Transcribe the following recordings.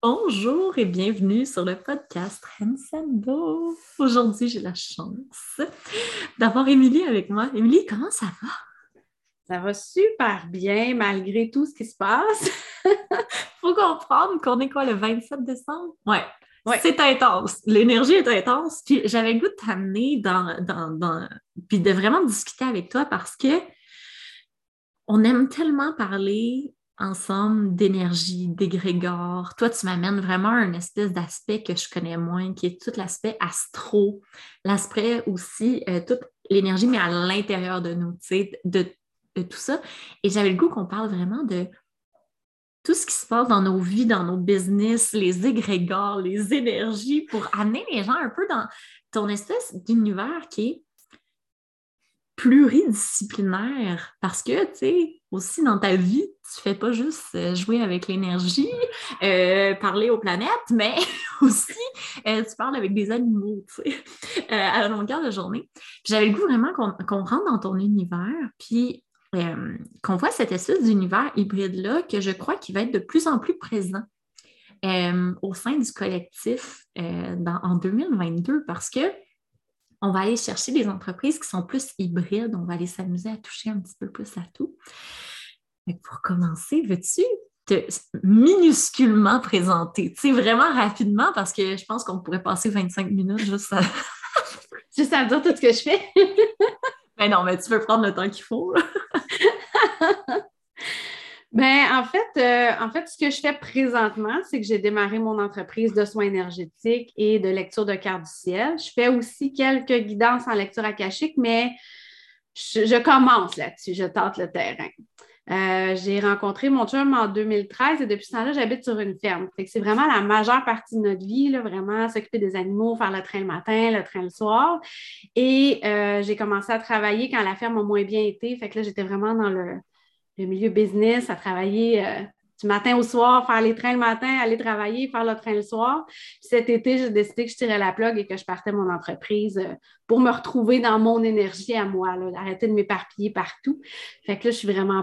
Bonjour et bienvenue sur le podcast Rensando. Aujourd'hui, j'ai la chance d'avoir Émilie avec moi. Émilie, comment ça va? Ça va super bien malgré tout ce qui se passe. Faut comprendre qu'on est quoi, le 27 décembre? Ouais, Oui, c'est intense. L'énergie est intense. Puis j'avais le goût de t'amener puis de vraiment discuter avec toi parce que on aime tellement parler ensemble d'énergie, d'égrégore. Toi, tu m'amènes vraiment un espèce d'aspect que je connais moins, qui est tout l'aspect astro, l'aspect aussi, toute l'énergie, mais à l'intérieur de nous, tu sais, de tout ça. Et j'avais le goût qu'on parle vraiment de tout ce qui se passe dans nos vies, dans nos business, les égrégores, les énergies, pour amener les gens un peu dans ton espèce d'univers qui est pluridisciplinaire parce que, tu sais, aussi dans ta vie, tu fais pas juste jouer avec l'énergie, parler aux planètes, mais aussi tu parles avec des animaux, tu sais, à la longueur de journée. Puis j'avais le goût vraiment qu'on rentre dans ton univers, puis qu'on voit cette espèce d'univers hybride-là que je crois qu'il va être de plus en plus présent au sein du collectif en 2022 parce que on va aller chercher des entreprises qui sont plus hybrides. On va aller s'amuser à toucher un petit peu plus à tout. Mais pour commencer, veux-tu te minusculement présenter? Tu sais, vraiment rapidement, parce que je pense qu'on pourrait passer 25 minutes juste à... juste à dire tout ce que je fais. Mais non, mais tu peux prendre le temps qu'il faut, là. En fait, ce que je fais présentement, c'est que j'ai démarré mon entreprise de soins énergétiques et de lecture de cartes du ciel. Je fais aussi quelques guidances en lecture akashique, mais je commence là-dessus, je tente le terrain. J'ai rencontré mon chum en 2013 et depuis ce temps-là, j'habite sur une ferme. Fait que c'est vraiment la majeure partie de notre vie, là, vraiment s'occuper des animaux, faire le train le matin, le train le soir. Et j'ai commencé à travailler quand la ferme a moins bien été. Fait que là, j'étais vraiment dans le milieu business, à travailler du matin au soir, faire les trains le matin, aller travailler, faire le train le soir. Puis cet été, j'ai décidé que je tirais la plug et que je partais mon entreprise pour me retrouver dans mon énergie à moi, là, arrêter de m'éparpiller partout. Fait que là, je suis vraiment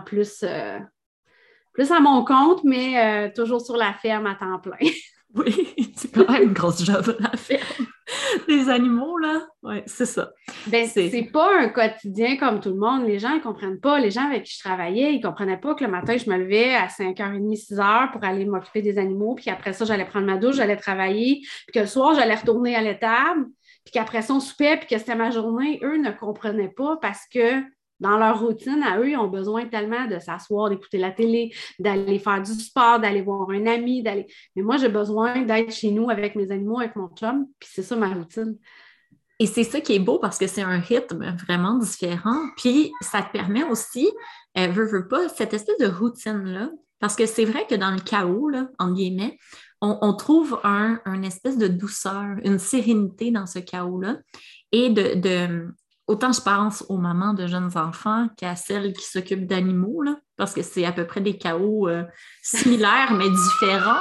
plus à mon compte, mais toujours sur la ferme à temps plein. Oui, c'est quand même une grosse job à faire. Des animaux, là. Oui, c'est ça. Ben, C'est... c'est pas un quotidien comme tout le monde. Les gens, ils comprennent pas. Les gens avec qui je travaillais, ils comprenaient pas que le matin, je me levais à 5h30, 6h pour aller m'occuper des animaux. Puis après ça, j'allais prendre ma douche, j'allais travailler. Puis que le soir, j'allais retourner à l'étable. Puis qu'après ça, on soupait, puis que c'était ma journée. Eux ne comprenaient pas parce que dans leur routine, à eux, ils ont besoin tellement de s'asseoir, d'écouter la télé, d'aller faire du sport, d'aller voir un ami, d'aller. Mais moi, j'ai besoin d'être chez nous avec mes animaux, avec mon chum. Puis c'est ça ma routine. Et c'est ça qui est beau parce que c'est un rythme vraiment différent. Puis ça te permet aussi, veux pas, cette espèce de routine-là. Parce que c'est vrai que dans le chaos, là, entre guillemets, on trouve un espèce de douceur, une sérénité dans ce chaos-là. Et autant je pense aux mamans de jeunes enfants qu'à celles qui s'occupent d'animaux, là, parce que c'est à peu près des chaos similaires mais différents.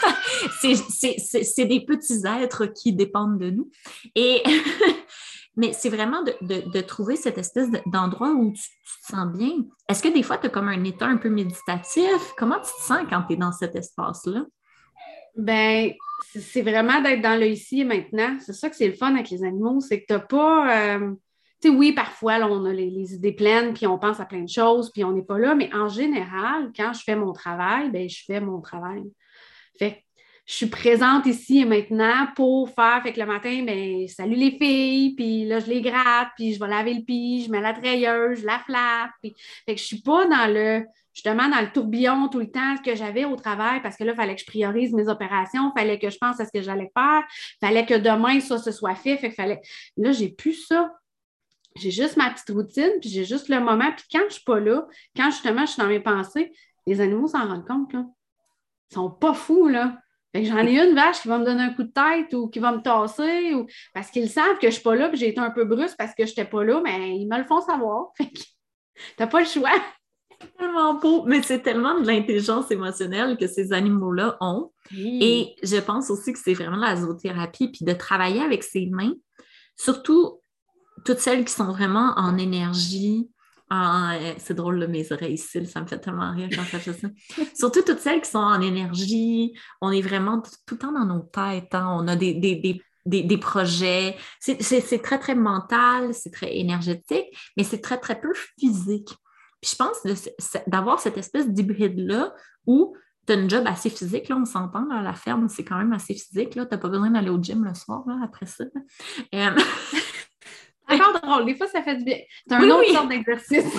C'est des petits êtres qui dépendent de nous. Et mais c'est vraiment de trouver cette espèce d'endroit où tu te sens bien. Est-ce que des fois, tu as comme un état un peu méditatif? Comment tu te sens quand tu es dans cet espace-là? Ben, c'est vraiment d'être dans le ici et maintenant. C'est ça que c'est le fun avec les animaux, c'est que t'as pas. Tu sais, oui, parfois, là, on a les idées pleines, puis on pense à plein de choses, puis on n'est pas là. Mais en général, quand je fais mon travail, ben, je fais mon travail. Fait que je suis présente ici et maintenant pour faire. Fait que le matin, ben, je salue les filles, puis là, je les gratte, puis je vais laver le pied, je mets la treilleuse, je la flatte. Puis... Fait que je suis pas justement, dans le tourbillon tout le temps que j'avais au travail parce que là, il fallait que je priorise mes opérations, il fallait que je pense à ce que j'allais faire, il fallait que demain, ça, se soit fait. Fait que fallait. Là, j'ai plus ça. J'ai juste ma petite routine, puis j'ai juste le moment. Puis quand je suis pas là, quand justement je suis dans mes pensées, les animaux s'en rendent compte, là. Ils sont pas fous, là. Fait que j'en ai une vache qui va me donner un coup de tête ou qui va me tasser ou parce qu'ils savent que je suis pas là, puis j'ai été un peu brusque parce que je n'étais pas là, mais ils me le font savoir. Fait que t'as pas le choix. Tellement beau, mais c'est tellement de l'intelligence émotionnelle que ces animaux-là ont. Oui. Et je pense aussi que c'est vraiment la zoothérapie, puis de travailler avec ses mains, surtout toutes celles qui sont vraiment en énergie, Ah, c'est drôle, là, mes oreilles cils, ça me fait tellement rire quand ça fait ça. Surtout toutes celles qui sont en énergie, on est vraiment tout le temps dans nos têtes, hein. On a des projets. C'est très, très mental, c'est très énergétique, mais c'est très, très peu physique. Puis je pense d'avoir cette espèce d'hybride-là où tu as une job assez physique, là, on s'entend, là, à la ferme, c'est quand même assez physique, tu n'as pas besoin d'aller au gym le soir, là, après ça. Euh, Encore drôle, des fois, ça fait du bien. C'est oui, une autre sorte oui, d'exercice.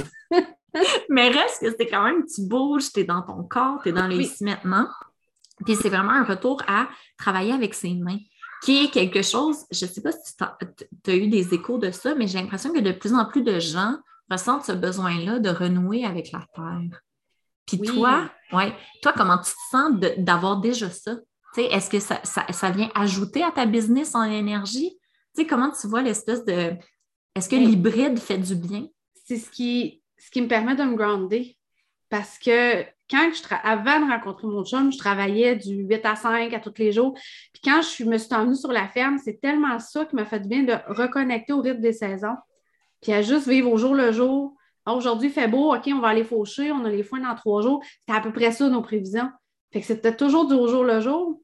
mais reste que c'est quand même, tu bouges, tu es dans ton corps, tu es dans le Oui, ici maintenant. Puis c'est vraiment un retour à travailler avec ses mains, qui est quelque chose, je ne sais pas si tu as eu des échos de ça, mais j'ai l'impression que de plus en plus de gens ressentent ce besoin-là de renouer avec la terre. Puis toi, oui. ouais, toi, comment tu te sens d'avoir déjà ça? Tu sais, est-ce que ça vient ajouter à ta business en énergie? Tu sais, comment tu vois l'espèce de... Est-ce que Ben, l'hybride fait du bien? c'est ce qui me permet de me grounder. Parce que avant de rencontrer mon chum, je travaillais du 8 à 5 à tous les jours. Puis quand me suis tendue sur la ferme, c'est tellement ça qui m'a fait du bien de reconnecter au rythme des saisons. Puis à juste vivre au jour le jour. Ah, aujourd'hui, il fait beau, OK, on va aller faucher, on a les foins dans 3 jours. C'était à peu près ça, nos prévisions. Fait que c'était toujours du au jour le jour.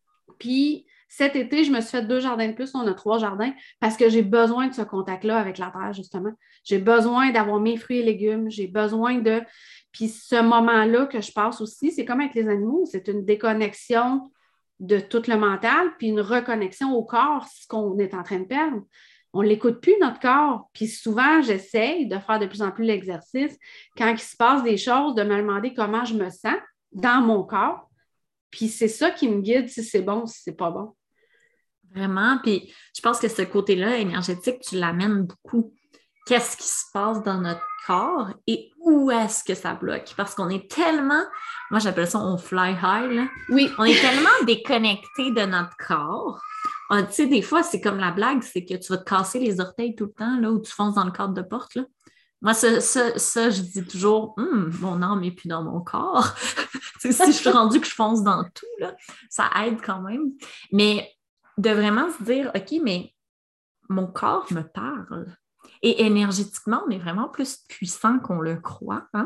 Puis cet été, je me suis fait 2 jardins de plus, on a 3 jardins, parce que j'ai besoin de ce contact-là avec la terre, justement. J'ai besoin d'avoir mes fruits et légumes, j'ai besoin de... Puis ce moment-là que je passe aussi, c'est comme avec les animaux, c'est une déconnexion de tout le mental, puis une reconnexion au corps, ce qu'on est en train de perdre. On ne l'écoute plus, notre corps. Puis souvent, j'essaye de faire de plus en plus l'exercice. Quand il se passe des choses, de me demander comment je me sens dans mon corps. Puis c'est ça qui me guide si c'est bon, si c'est pas bon. Vraiment. Puis je pense que ce côté-là énergétique, tu l'amènes beaucoup. Qu'est-ce qui se passe dans notre corps et où est-ce que ça bloque? Parce qu'on est tellement, moi j'appelle ça on fly high, là. Oui, On est tellement déconnecté de notre corps. Ah, tu sais, des fois, c'est comme la blague, c'est que tu vas te casser les orteils tout le temps, là, ou tu fonces dans le cadre de porte, là. Moi, ça, je dis toujours, mon âme n'est plus dans mon corps. Si je suis rendue que je fonce dans tout, là, ça aide quand même. Mais de vraiment se dire, OK, mais mon corps me parle. Et énergétiquement, on est vraiment plus puissant qu'on le croit. Hein?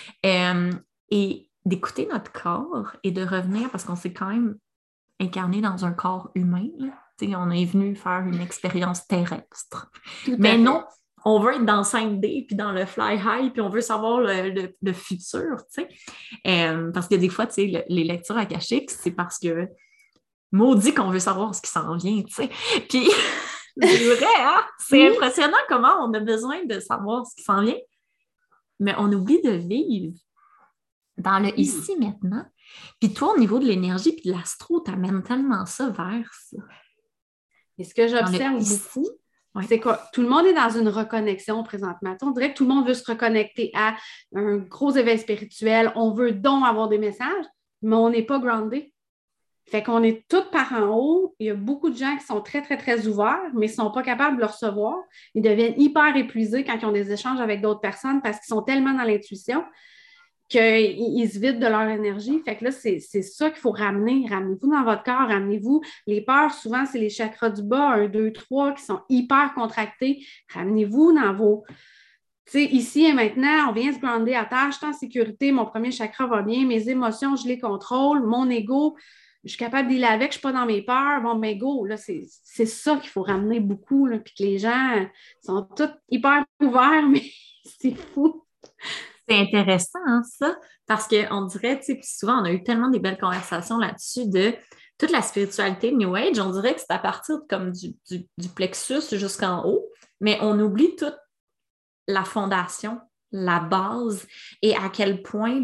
Euh, et d'écouter notre corps et de revenir, parce qu'on s'est quand même incarné dans un corps humain. On est venu faire une expérience terrestre. tout à Mais non, fait. on veut être dans le 5D, puis dans le fly high, puis on veut savoir le futur. Parce que des fois, les lectures akashiques, c'est parce que maudit qu'on veut savoir ce qui s'en vient. Puis c'est vrai, hein? C'est Oui, impressionnant comment on a besoin de savoir ce qui s'en vient, mais on oublie de vivre dans le oui. ici maintenant. Puis toi, au niveau de l'énergie puis de l'astro, t'amènes tellement ça vers ça. Et ce que Dans le j'observe ici, beaucoup, oui. c'est que tout le monde est dans une reconnexion présentement. On dirait que tout le monde veut se reconnecter à un gros éveil spirituel. On veut donc avoir des messages, mais on n'est pas groundé. Fait qu'on est tous par en haut. Il y a beaucoup de gens qui sont très, très, très ouverts, mais ils ne sont pas capables de le recevoir. Ils deviennent hyper épuisés quand ils ont des échanges avec d'autres personnes parce qu'ils sont tellement dans l'intuition qu'ils se vident de leur énergie. Fait que là, c'est ça qu'il faut ramener. Ramenez-vous dans votre corps, ramenez-vous. Les peurs, souvent, c'est les chakras du bas, 1, 2, 3, qui sont hyper contractés. Ramenez-vous dans vos... Tu sais, ici et maintenant, on vient se grounder à terre, je suis en sécurité, mon premier chakra va bien, mes émotions, je les contrôle, mon ego, je suis capable d'y aller avec, je ne suis pas dans mes peurs, mon ego, là, c'est ça qu'il faut ramener beaucoup, là, puis que les gens sont tous hyper ouverts, mais c'est fou. C'est intéressant, hein, ça, parce qu'on dirait, tu sais, puis souvent, on a eu tellement des belles conversations là-dessus de toute la spiritualité New Age. On dirait que c'est à partir comme du plexus jusqu'en haut, mais on oublie toute la fondation, la base, et à quel point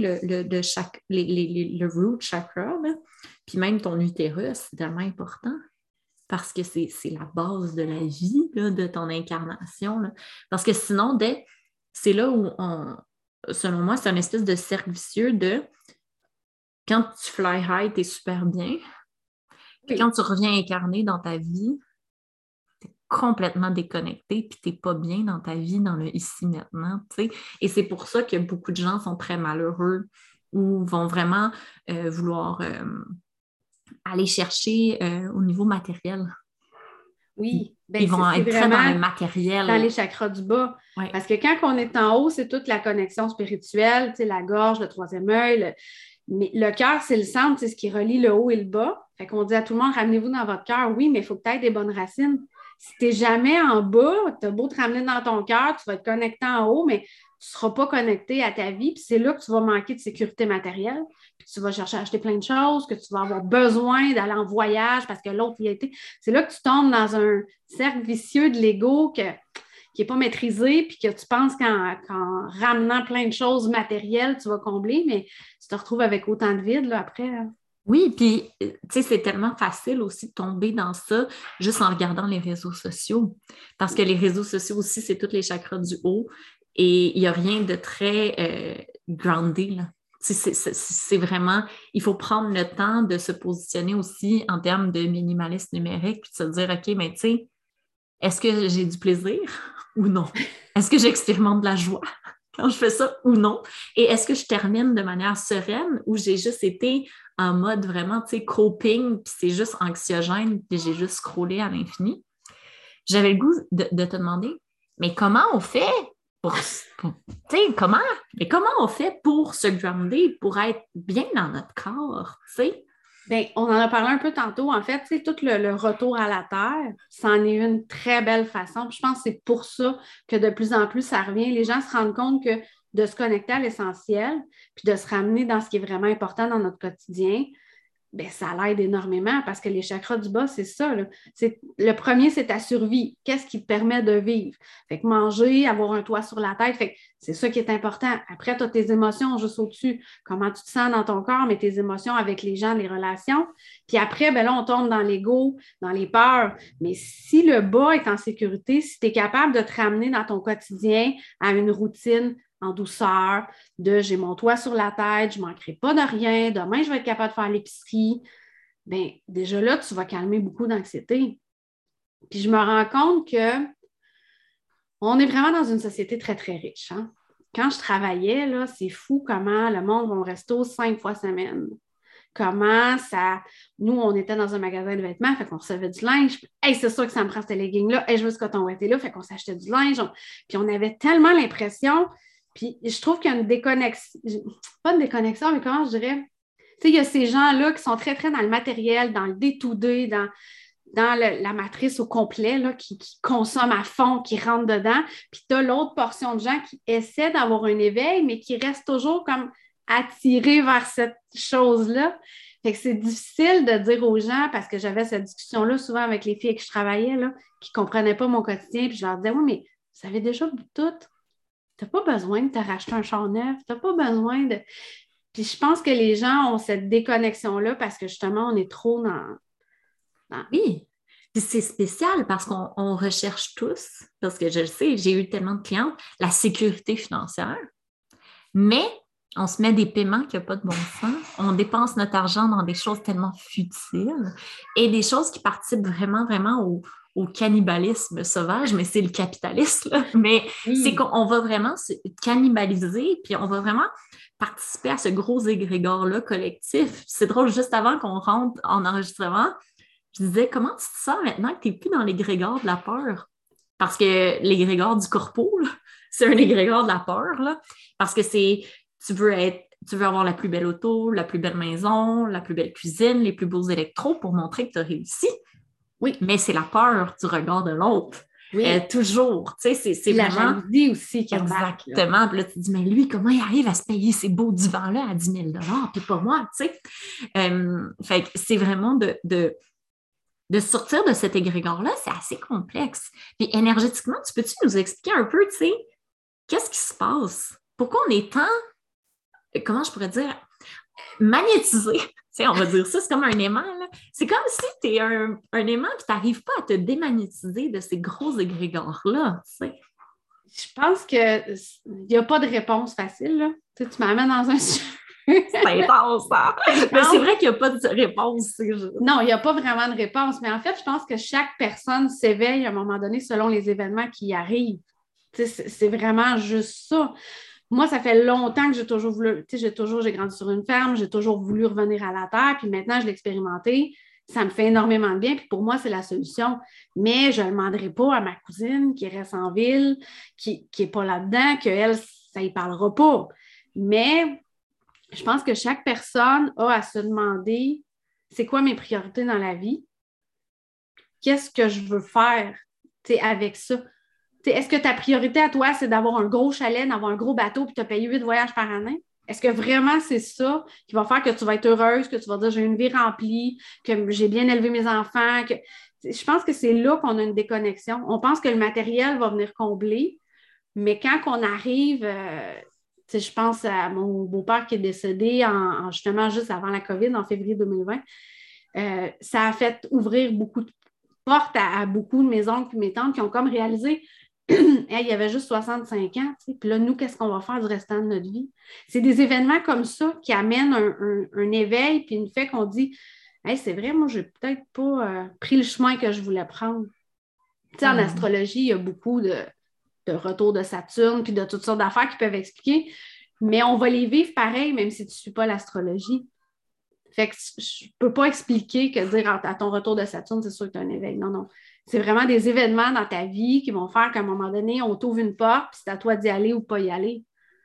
le root chakra, là, puis même ton utérus, c'est tellement important parce que c'est la base de la vie, là, de ton incarnation. Là. Parce que sinon, c'est là où selon moi, c'est une espèce de cercle vicieux de quand tu fly high, t'es super bien. Puis quand Oui. tu reviens incarner dans ta vie, t'es complètement déconnecté, puis t'es pas bien dans ta vie, dans le ici maintenant. Tu sais. Et c'est pour ça que beaucoup de gens sont très malheureux ou vont vraiment vouloir aller chercher au niveau matériel. Oui, bien, Ils vont c'est être très dans vraiment le dans les matériel. chakras du bas. Ouais. Parce que quand on est en haut, c'est toute la connexion spirituelle, tu sais, la gorge, le troisième œil. Mais le cœur, c'est le centre, c'est ce qui relie le haut et le bas. Fait qu'on dit à tout le monde, ramenez-vous dans votre cœur. Oui, mais il faut que tu aies des bonnes racines. Si tu n'es jamais en bas, tu as beau te ramener dans ton cœur, tu vas être connecté en haut, mais tu ne seras pas connecté à ta vie. Puis c'est là que tu vas manquer de sécurité matérielle. Puis tu vas chercher à acheter plein de choses, que tu vas avoir besoin d'aller en voyage parce que l'autre y a été. C'est là que tu tombes dans un cercle vicieux de l'ego qui n'est pas maîtrisé, puis que tu penses qu'en ramenant plein de choses matérielles, tu vas combler, mais tu te retrouves avec autant de vide là, après. Là. Oui, puis, tu sais, c'est tellement facile aussi de tomber dans ça juste en regardant les réseaux sociaux. Parce que les réseaux sociaux aussi, c'est tous les chakras du haut et il n'y a rien de très groundé, là. C'est vraiment, il faut prendre le temps de se positionner aussi en termes de minimalisme numérique, puis de se dire, OK, mais tu sais, est-ce que j'ai du plaisir ou non? Est-ce que j'expérimente de la joie quand je fais ça ou non? Et est-ce que je termine de manière sereine ou j'ai juste été en mode vraiment, tu sais, coping, puis c'est juste anxiogène, puis j'ai juste scrollé à l'infini? J'avais le goût de te demander, mais comment on fait tu sais, comment on fait pour se grounder, pour être bien dans notre corps, tu sais? Bien, on en a parlé un peu tantôt. En fait, tout le retour à la Terre, c'en est une très belle façon. Puis je pense que c'est pour ça que de plus en plus, ça revient. Les gens se rendent compte que de se connecter à l'essentiel, puis de se ramener dans ce qui est vraiment important dans notre quotidien, bien, ça l'aide énormément parce que les chakras du bas, c'est ça. Là. Le premier, c'est ta survie. Qu'est-ce qui te permet de vivre? Fait que manger, avoir un toit sur la tête, fait que c'est ça qui est important. Après, tu as tes émotions juste au-dessus. Comment tu te sens dans ton corps, mais tes émotions avec les gens, les relations. Puis après, ben là, on tombe dans l'ego, dans les peurs. Mais si le bas est en sécurité, si tu es capable de te ramener dans ton quotidien à une routine en douceur, de j'ai mon toit sur la tête, je ne manquerai pas de rien, demain je vais être capable de faire l'épicerie, bien, déjà là, tu vas calmer beaucoup d'anxiété. Puis je me rends compte que on est vraiment dans une société très, très riche. Hein? Quand je travaillais, là, c'est fou comment le monde va au resto 5 fois semaine. Comment ça. Nous, on était dans un magasin de vêtements, fait qu'on recevait du linge. Hey, c'est sûr que ça me prend ces leggings-là. Hey, je veux ce coton ouaté là, fait qu'on s'achetait du linge. Puis on avait tellement l'impression. Puis je trouve qu'il y a une déconnexion. Pas une déconnexion, mais comment je dirais? Tu sais, il y a ces gens-là qui sont très, très dans le matériel, dans le day-to-day, dans la matrice au complet, là, qui consomment à fond, qui rentrent dedans. Puis tu as l'autre portion de gens qui essaient d'avoir un éveil, mais qui restent toujours comme attirés vers cette chose-là. Fait que c'est difficile de dire aux gens, parce que j'avais cette discussion-là souvent avec les filles avec qui je travaillais, là, qui ne comprenaient pas mon quotidien, puis je leur disais, oui, mais vous savez déjà tout. Tu n'as pas besoin de te racheter un char neuf, tu n'as pas besoin de... Puis je pense que les gens ont cette déconnexion-là parce que justement, on est trop dans... Oui. Puis c'est spécial parce qu'on recherche tous, parce que je le sais, j'ai eu tellement de clientes, la sécurité financière, mais on se met des paiements qui n'ont pas de bon sens. On dépense notre argent dans des choses tellement futiles et des choses qui participent vraiment, vraiment au cannibalisme sauvage, mais c'est le capitalisme. Là. Mais c'est Oui. qu'on va vraiment se cannibaliser, puis on va vraiment participer à ce gros égrégore-là collectif. C'est drôle, juste avant qu'on rentre en enregistrement, je disais, comment tu te sens maintenant que tu n'es plus dans l'égrégore de la peur? Parce que l'égrégore du corpo, là, c'est un égrégore de la peur, là, parce que c'est, tu veux avoir la plus belle auto, la plus belle maison, la plus belle cuisine, les plus beaux électros pour montrer que tu as réussi. Oui. Mais c'est la peur du regard de l'autre. Oui. Toujours, tu sais, c'est Puis la vraiment... jalousie aussi qui embarque. Là. Exactement. Puis là, tu te dis, mais lui, comment il arrive à se payer ces beaux divans-là à 10 000 puis pas moi, tu sais. Fait que c'est vraiment de sortir de cet égrégore-là, c'est assez complexe. Puis énergétiquement, peux-tu nous expliquer un peu, tu sais, qu'est-ce qui se passe? Pourquoi on est tant, comment je pourrais dire, magnétisé? Tu sais, on va dire ça, c'est comme un aimant, là. C'est comme si tu es un aimant et tu n'arrives pas à te démagnétiser de ces gros égrégores-là, tu sais. Je pense qu'il n'y a pas de réponse facile. Là. Tu sais, tu m'amènes dans un sujet. C'est intense, hein? Mais c'est vrai qu'il n'y a pas de réponse. Non, il n'y a pas vraiment de réponse. Mais en fait, je pense que chaque personne s'éveille à un moment donné selon les événements qui y arrivent. Tu sais, c'est vraiment juste ça. Moi, ça fait longtemps que j'ai toujours voulu, tu sais, j'ai grandi sur une ferme, j'ai toujours voulu revenir à la terre, puis maintenant, je l'ai expérimenté. Ça me fait énormément de bien, puis pour moi, c'est la solution. Mais je ne demanderai pas à ma cousine qui reste en ville, qui n'est pas là-dedans, qu'elle, ça y parlera pas. Mais je pense que chaque personne a à se demander c'est quoi mes priorités dans la vie? Qu'est-ce que je veux faire avec ça? Est-ce que ta priorité à toi, c'est d'avoir un gros chalet, d'avoir un gros bateau puis tu as payé 8 voyages par année? Est-ce que vraiment c'est ça qui va faire que tu vas être heureuse, que tu vas dire j'ai une vie remplie, que j'ai bien élevé mes enfants? Je pense que c'est là qu'on a une déconnexion. On pense que le matériel va venir combler, mais quand on arrive, je pense à mon beau-père qui est décédé justement juste avant la COVID, en février 2020, ça a fait ouvrir beaucoup de portes à beaucoup de mes oncles et mes tantes qui ont comme réalisé hey, il y avait juste 65 ans, puis là, nous, qu'est-ce qu'on va faire du restant de notre vie? C'est des événements comme ça qui amènent un éveil, puis une fait qu'on dit hey, c'est vrai, moi, je n'ai peut-être pas pris le chemin que je voulais prendre. En astrologie, il y a beaucoup de retours de Saturne, puis de toutes sortes d'affaires qui peuvent expliquer, mais on va les vivre pareil, même si tu ne suis pas l'astrologie. Fait que je ne peux pas expliquer que dire à ton retour de Saturne, c'est sûr que tu as un éveil. Non, non. C'est vraiment des événements dans ta vie qui vont faire qu'à un moment donné, on t'ouvre une porte, puis c'est à toi d'y aller ou pas y aller.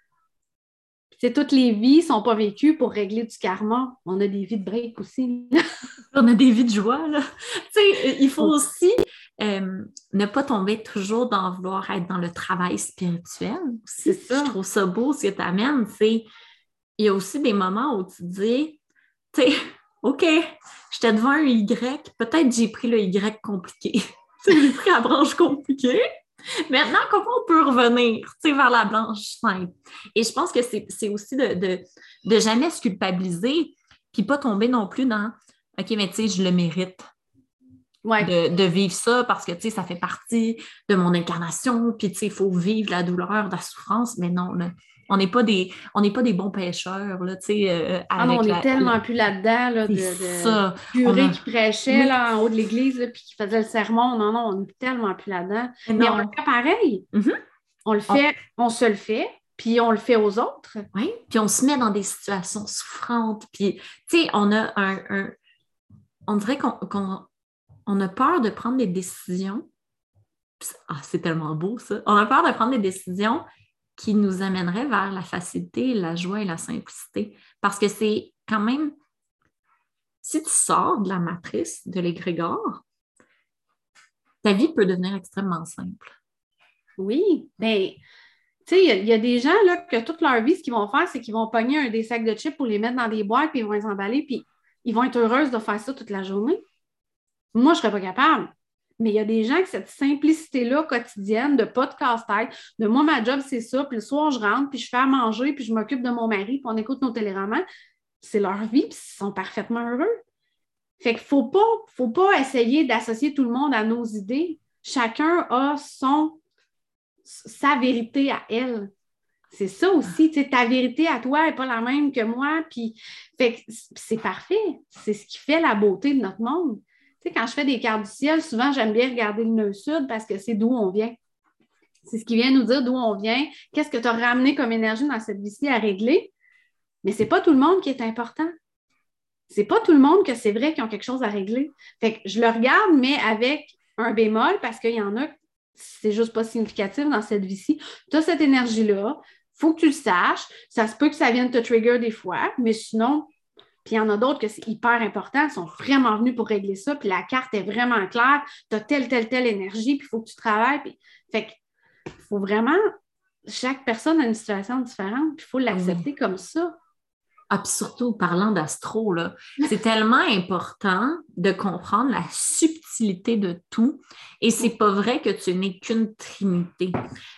Puis, toutes les vies ne sont pas vécues pour régler du karma. On a des vies de break aussi. On a des vies de joie, là. Il faut aussi ne pas tomber toujours dans vouloir être dans le travail spirituel. C'est ça. Je trouve ça beau ce que tu amènes. Il y a aussi des moments où tu te dis, OK, j'étais devant un Y, peut-être j'ai pris le Y compliqué. J'ai pris la branche compliquée. Maintenant, comment on peut revenir vers la blanche simple? Et je pense que c'est aussi de jamais se culpabiliser, puis pas tomber non plus dans OK, mais je le mérite. Ouais. De vivre ça parce que ça fait partie de mon incarnation, puis il faut vivre la douleur, la souffrance, mais non, là, on n'est pas des bons pêcheurs. Là, non, on est tellement plus là-dedans là, de curé qui prêchait là, en haut de l'église puis qui faisait le sermon. Non, non, on est tellement plus là-dedans. Mais on le fait pareil. Mm-hmm. On le fait, on se le fait, puis on le fait aux autres. Oui, puis on se met dans des situations souffrantes, puis on a on dirait qu'on a peur de prendre des décisions. C'est tellement beau, ça. On a peur de prendre des décisions qui nous amèneraient vers la facilité, la joie et la simplicité. Parce que c'est quand même, si tu sors de la matrice de l'égrégore, ta vie peut devenir extrêmement simple. Oui, bien, tu sais, il y a des gens là, que toute leur vie, ce qu'ils vont faire, c'est qu'ils vont pogner des sacs de chips pour les mettre dans des boîtes, puis ils vont les emballer, puis ils vont être heureux de faire ça toute la journée. Moi, je ne serais pas capable. Mais il y a des gens qui cette simplicité-là quotidienne, de pas de casse-tête, de moi, ma job, c'est ça, puis le soir, je rentre, puis je fais à manger, puis je m'occupe de mon mari, puis on écoute nos téléromans. C'est leur vie, puis ils sont parfaitement heureux. Fait qu'il faut pas essayer d'associer tout le monde à nos idées. Chacun a sa vérité à elle. C'est ça aussi, tu sais, ta vérité à toi n'est pas la même que moi, puis fait que c'est parfait. C'est ce qui fait la beauté de notre monde. Tu sais, quand je fais des cartes du ciel, souvent, j'aime bien regarder le nœud sud parce que c'est d'où on vient. C'est ce qui vient nous dire d'où on vient, qu'est-ce que tu as ramené comme énergie dans cette vie-ci à régler. Mais c'est pas tout le monde qui est important. C'est pas tout le monde que c'est vrai qu'ils ont quelque chose à régler. Fait que je le regarde, mais avec un bémol parce qu'il y en a, c'est juste pas significatif dans cette vie-ci. Tu as cette énergie-là, il faut que tu le saches. Ça se peut que ça vienne te trigger des fois, mais sinon, puis il y en a d'autres que c'est hyper important, ils sont vraiment venus pour régler ça, puis la carte est vraiment claire, tu as telle énergie, puis il faut que tu travailles. Puis... Fait qu'il faut vraiment, chaque personne a une situation différente, puis il faut l'accepter comme ça. Ah, puis surtout, parlant d'astro, là, c'est tellement important de comprendre la subtilité de tout. Et c'est pas vrai que tu n'es qu'une trinité.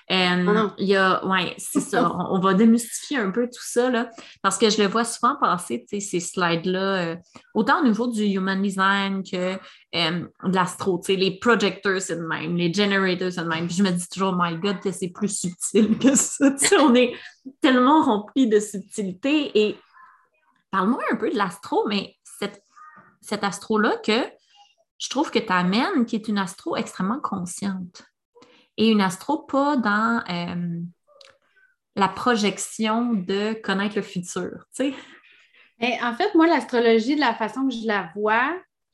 C'est ça. On va démystifier un peu tout ça, là, parce que je le vois souvent passer, ces slides-là, autant au niveau du human design que de l'astro, les projectors, c'est de même, les generators, c'est de même. Puis je me dis toujours, my God, que c'est plus subtil que ça. On est tellement rempli de subtilité et parle-moi un peu de l'astro, mais cette astro-là que je trouve que tu amènes, qui est une astro extrêmement consciente. Et une astro pas dans la projection de connaître le futur, tu sais. En fait, moi, l'astrologie, de la façon que je la vois,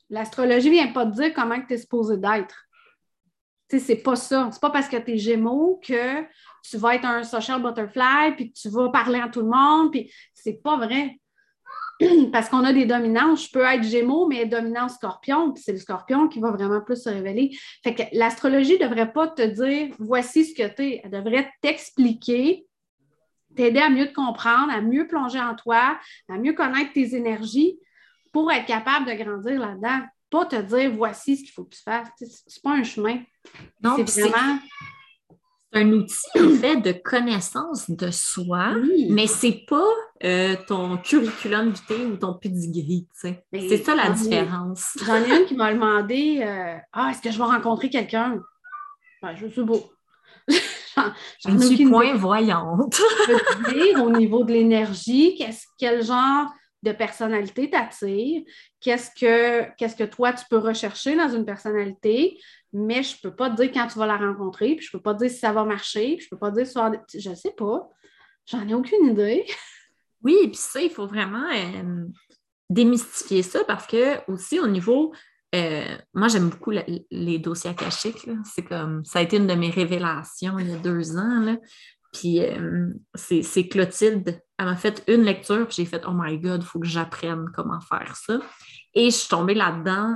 L'astrologie ne vient pas te dire comment tu es supposé d'être. Tu sais, c'est pas ça. C'est pas parce que tu es Gémeaux que tu vas être un social butterfly puis que tu vas parler à tout le monde. Puis c'est pas vrai. Parce qu'on a des dominances. Je peux être Gémeaux, mais dominant Scorpion, puis c'est le Scorpion qui va vraiment plus se révéler. Fait que l'astrologie ne devrait pas te dire voici ce que tu es. Elle devrait t'expliquer, t'aider à mieux te comprendre, à mieux plonger en toi, à mieux connaître tes énergies pour être capable de grandir là-dedans. Pas te dire voici ce qu'il faut que tu fasses. C'est pas un chemin. Non, C'est vraiment. C'est un outil, en fait, de connaissance de soi, Oui. mais c'est pas ton curriculum vitae ou ton pedigree, tu sais. Mais C'est ça la différence. J'en ai une qui m'a demandé est-ce que je vais rencontrer quelqu'un? Ben, je sais pas. Je ne suis point voyante. Je peux te dire au niveau de l'énergie, quel genre de personnalité t'attire? Qu'est-ce que toi, tu peux rechercher dans une personnalité? Mais je ne peux pas te dire quand tu vas la rencontrer, puis je ne peux pas te dire si ça va marcher, puis je ne peux pas te dire si je ne sais pas. J'en ai aucune idée. Oui, puis ça, il faut vraiment démystifier ça parce que aussi au niveau, moi j'aime beaucoup les dossiers akashiques, là. C'est comme, ça a été une de mes révélations il y a 2 ans, là. Puis c'est Clotilde, elle m'a fait une lecture, puis j'ai fait oh my God, il faut que j'apprenne comment faire ça. Et je suis tombée là-dedans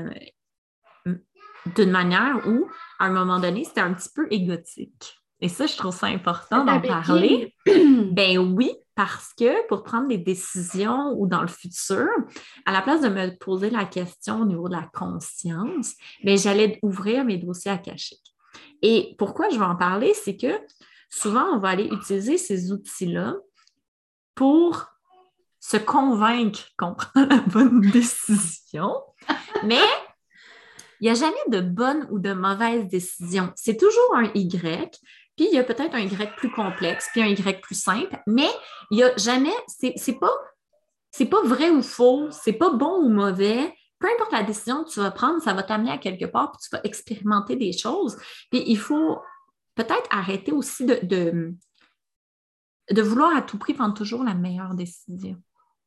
d'une manière où, à un moment donné, c'était un petit peu égotique. Et ça, je trouve ça important d'en parler. Ben oui, parce que pour prendre des décisions ou dans le futur, à la place de me poser la question au niveau de la conscience, ben j'allais ouvrir mes dossiers akashiques. Et pourquoi je vais en parler, c'est que souvent, on va aller utiliser ces outils-là pour se convaincre qu'on prend la bonne décision, mais il n'y a jamais de bonne ou de mauvaise décision. C'est toujours un Y, puis il y a peut-être un Y plus complexe, puis un Y plus simple, mais il n'y a jamais, c'est pas vrai ou faux, c'est pas bon ou mauvais. Peu importe la décision que tu vas prendre, ça va t'amener à quelque part, puis tu vas expérimenter des choses. Puis il faut peut-être arrêter aussi de vouloir à tout prix prendre toujours la meilleure décision.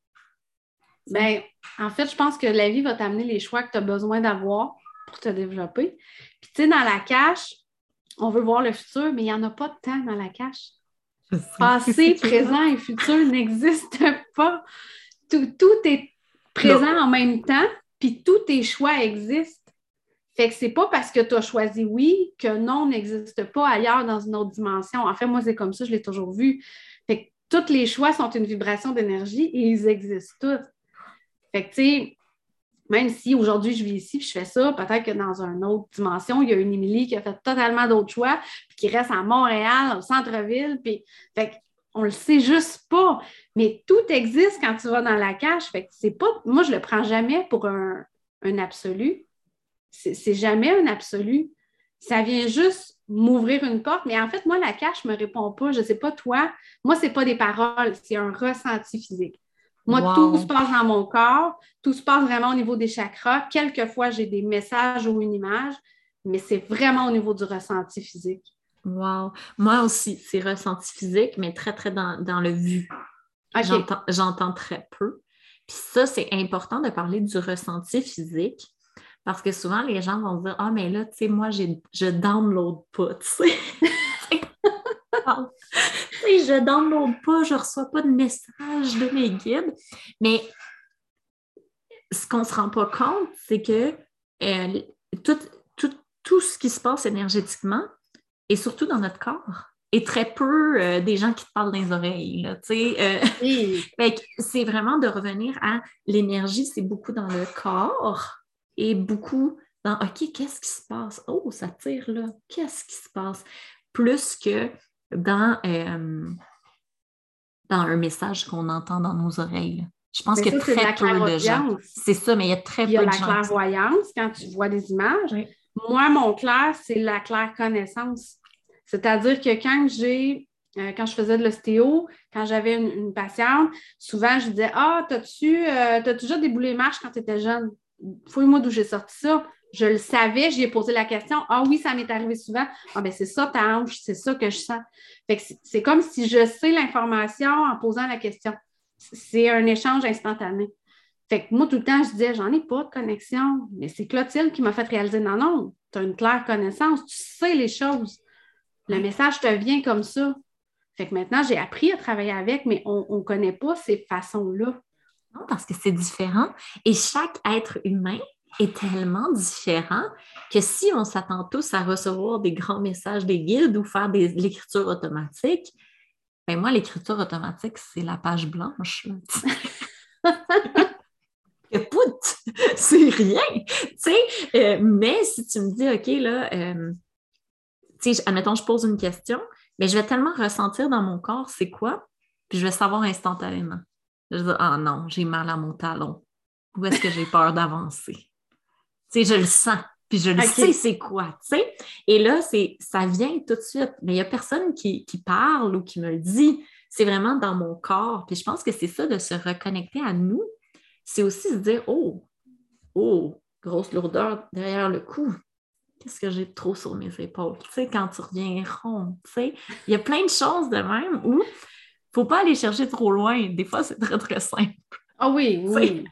Bien, en fait, je pense que la vie va t'amener les choix que tu as besoin d'avoir pour te développer. Puis, tu sais, dans la cache, on veut voir le futur, mais il n'y en a pas de temps dans la cache. Passé, présent et futur n'existent pas. Tout est présent en même temps, puis tous tes choix existent. Fait que c'est pas parce que tu as choisi oui que non n'existe pas ailleurs dans une autre dimension. En fait, moi, c'est comme ça, je l'ai toujours vu. Fait que tous les choix sont une vibration d'énergie et ils existent tous. Fait que, tu sais, même si aujourd'hui je vis ici et je fais ça, peut-être que dans une autre dimension, il y a une Émilie qui a fait totalement d'autres choix puis qui reste à Montréal, au centre-ville. Puis, fait qu'on le sait juste pas. Mais tout existe quand tu vas dans la cache. Fait que c'est pas. Moi, je le prends jamais pour un absolu. C'est jamais un absolu. Ça vient juste m'ouvrir une porte. Mais en fait, moi, la cache ne me répond pas. Je ne sais pas toi. Moi, ce n'est pas des paroles, c'est un ressenti physique. Moi, Tout se passe dans mon corps, tout se passe vraiment au niveau des chakras. Quelquefois, j'ai des messages ou une image, mais c'est vraiment au niveau du ressenti physique. Wow. Moi aussi, c'est ressenti physique, mais très, très dans le vu. Okay. J'entends très peu. Puis ça, c'est important de parler du ressenti physique parce que souvent, les gens vont dire « Ah, mais là, tu sais, moi, je download pas, tu sais. » Je ne download pas, je ne reçois pas de message de mes guides. Mais ce qu'on ne se rend pas compte, c'est que tout ce qui se passe énergétiquement, et surtout dans notre corps, et très peu des gens qui te parlent dans les oreilles. Là, oui. C'est vraiment de revenir à l'énergie, c'est beaucoup dans le corps et beaucoup dans OK, qu'est-ce qui se passe? Oh, ça tire là, qu'est-ce qui se passe? Plus que dans un message qu'on entend dans nos oreilles. Je pense qu'il y a très peu de gens. C'est ça, mais il y a très peu de gens. Il y a la clairvoyance, quand tu vois des images. Oui. Moi, mon clair, c'est la claire connaissance. C'est-à-dire que quand je faisais de l'ostéo, quand j'avais une patiente, souvent je disais « Ah, t'as-tu déjà déboulé les marches quand tu étais jeune? Fouille-moi d'où j'ai sorti ça. » Je le savais, j'y ai posé la question. « Ah oui, ça m'est arrivé souvent. » « Ah ben c'est ça ta hanche, c'est ça que je sens. » Fait que c'est comme si je sais l'information en posant la question. C'est un échange instantané. Fait que moi, tout le temps, je disais, j'en ai pas de connexion. Mais c'est Clotilde qui m'a fait réaliser, non, non, tu as une claire connaissance, tu sais les choses. Le message te vient comme ça. Fait que maintenant, j'ai appris à travailler avec, mais on ne connaît pas ces façons-là. Non, parce que c'est différent. Et chaque être humain est tellement différent que si on s'attend tous à recevoir des grands messages des guides ou faire de l'écriture automatique, ben moi, l'écriture automatique, c'est la page blanche. Pout, c'est rien. Mais si tu me dis, OK, là, admettons, je pose une question, mais je vais tellement ressentir dans mon corps c'est quoi, puis je vais savoir instantanément. Je vais dire, ah non, j'ai mal à mon talon. Où est-ce que j'ai peur d'avancer? Je le sens, puis je le sais c'est quoi, tu sais. Et là, ça vient tout de suite. Mais il n'y a personne qui parle ou qui me le dit. C'est vraiment dans mon corps. Puis je pense que c'est ça de se reconnecter à nous. C'est aussi se dire, oh, grosse lourdeur derrière le cou. Qu'est-ce que j'ai de trop sur mes épaules? Tu sais, quand tu reviens rond, tu sais, il y a plein de choses de même où il ne faut pas aller chercher trop loin. Des fois, c'est très, très simple. Ah oui, oui.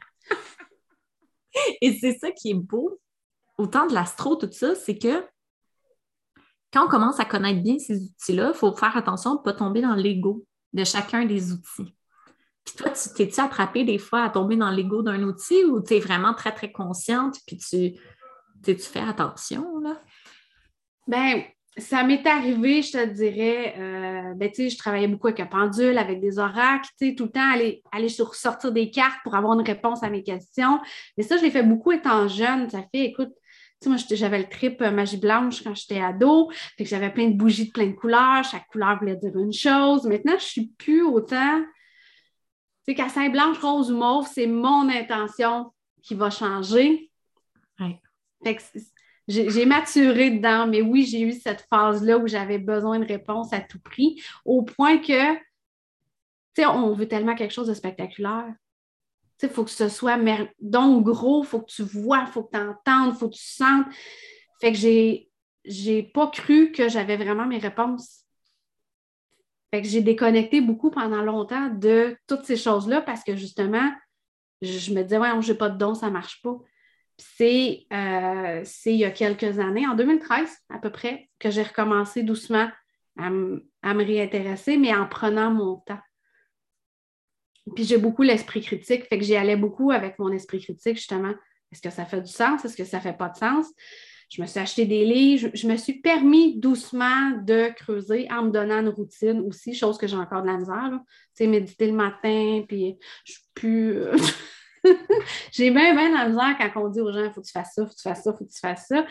Et c'est ça qui est beau, autant de l'astro, tout ça, c'est que quand on commence à connaître bien ces outils-là, il faut faire attention de ne pas tomber dans l'ego de chacun des outils. Puis toi, t'es-tu attrapé des fois à tomber dans l'ego d'un outil ou tu es vraiment très, très consciente puis tu fais attention, là? Ben, ça m'est arrivé, je te dirais, je travaillais beaucoup avec un pendule, avec des oracles, tout le temps aller sortir des cartes pour avoir une réponse à mes questions. Mais ça, je l'ai fait beaucoup étant jeune. Ça fait, écoute, moi, j'avais le trip magie blanche quand j'étais ado, fait que j'avais plein de bougies de plein de couleurs. Chaque couleur voulait dire une chose. Maintenant, je ne suis plus autant... Tu sais, qu'à Saint-Blanche, rose ou mauve, c'est mon intention qui va changer. Ouais. Fait que j'ai maturé dedans, mais oui, j'ai eu cette phase-là où j'avais besoin de réponses à tout prix, au point que, tu sais, on veut tellement quelque chose de spectaculaire. Tu sais, il faut que ce soit donc gros, il faut que tu vois, il faut que tu entendes, il faut que tu sentes. Fait que j'ai pas cru que j'avais vraiment mes réponses. Fait que j'ai déconnecté beaucoup pendant longtemps de toutes ces choses-là parce que justement, je me disais, ouais, j'ai pas de don, ça marche pas. C'est il y a quelques années, en 2013 à peu près, que j'ai recommencé doucement à me réintéresser, mais en prenant mon temps. Puis j'ai beaucoup l'esprit critique, fait que j'y allais beaucoup avec mon esprit critique, justement. Est-ce que ça fait du sens? Est-ce que ça ne fait pas de sens? Je me suis acheté des livres, je me suis permis doucement de creuser en me donnant une routine aussi, chose que j'ai encore de la misère. Tu sais, méditer le matin, puis je suis plus... J'ai bien la misère quand on dit aux gens, il faut que tu fasses ça, il faut que tu fasses ça, il faut que tu fasses ça.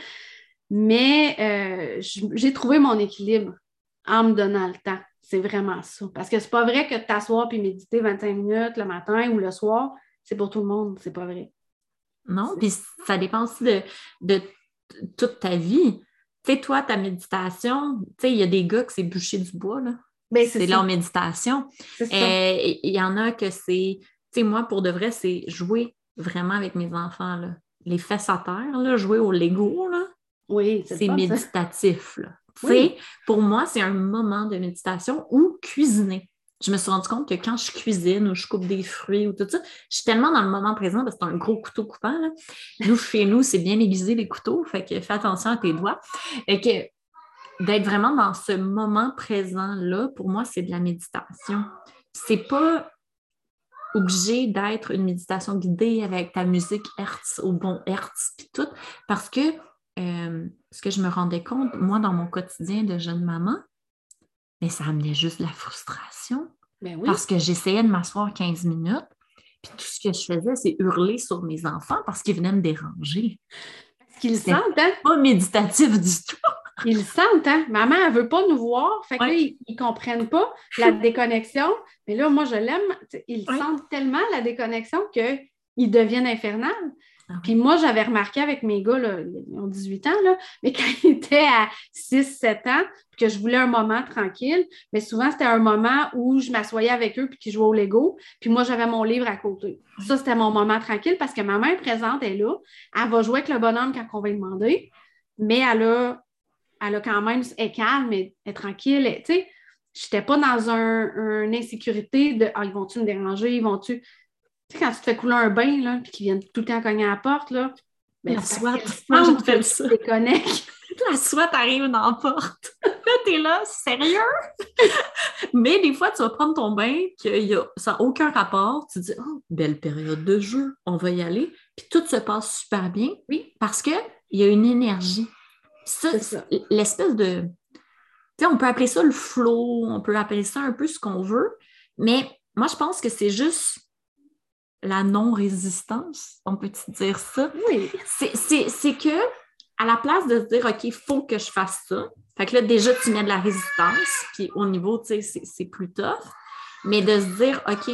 Mais j'ai trouvé mon équilibre en me donnant le temps. C'est vraiment ça. Parce que c'est pas vrai que de t'asseoir puis méditer 25 minutes le matin ou le soir, c'est pour tout le monde. C'est pas vrai. Non, puis ça dépend aussi de toute ta vie. Tu sais, toi, ta méditation, tu sais, il y a des gars que c'est bûcher du bois, là. Ben, c'est leur méditation. Il y en a que c'est, tu sais, moi, pour de vrai, c'est jouer vraiment avec mes enfants, là. Les fesses à terre, là, jouer au Lego, là. Oui, c'est méditatif, là. Oui. Pour moi, c'est un moment de méditation ou cuisiner. Je me suis rendu compte que quand je cuisine ou je coupe des fruits ou tout ça, je suis tellement dans le moment présent parce que c'est un gros couteau coupant. Là. Nous, chez nous, c'est bien aiguisé les couteaux, fait que fais attention à tes doigts. Et que d'être vraiment dans ce moment présent-là, pour moi, c'est de la méditation. C'est pas obligé d'être une méditation guidée avec ta musique Hertz au bon Hertz puis tout, parce que ce que je me rendais compte, moi, dans mon quotidien de jeune maman, mais ça amenait juste de la frustration. Ben oui. Parce que j'essayais de m'asseoir 15 minutes, puis tout ce que je faisais, c'est hurler sur mes enfants parce qu'ils venaient me déranger. Parce qu'ils sentent, hein? Pas méditatif du tout. Ils le sentent, hein? Maman, elle ne veut pas nous voir. Fait que là, ils ne comprennent pas la déconnexion. Mais là, moi, je l'aime. Ils sentent tellement la déconnexion qu'ils deviennent infernales. Puis moi, j'avais remarqué avec mes gars, là, ils ont 18 ans, là, mais quand ils étaient à 6-7 ans, puis que je voulais un moment tranquille, mais souvent, c'était un moment où je m'assoyais avec eux puis qu'ils jouaient au Lego, puis moi, j'avais mon livre à côté. Ça, c'était mon moment tranquille parce que ma mère présente est là. Elle va jouer avec le bonhomme quand on va lui demander, mais elle a quand même, elle est calme, elle est tranquille. Tu sais, je n'étais pas dans une insécurité de « Ah, ils vont-tu me déranger? Ils vont-tu... » Tu sais, quand tu te fais couler un bain, là, puis qu'ils viennent tout le temps cogner à la porte, là, ben, La c'est SWAT, parce qu'ils moi, sentent j'appelle que ça. tu déconnectes. La SWAT arrive dans la porte. Là, t'es là, sérieux? Mais des fois, tu vas prendre ton bain, ça n'a aucun rapport. Tu te dis, oh, belle période de jeu, on va y aller. Puis tout se passe super bien Oui, parce qu'il y a une énergie. Ça, c'est ça. l'espèce de. Tu sais, on peut appeler ça le flow, on peut appeler ça un peu ce qu'on veut, mais moi, je pense que c'est juste la non-résistance. On peut dire ça? Oui, C'est que, à la place de se dire, OK, il faut que je fasse ça, fait que là, déjà, tu mets de la résistance, puis au niveau, tu sais, c'est plus tough, mais de se dire, OK,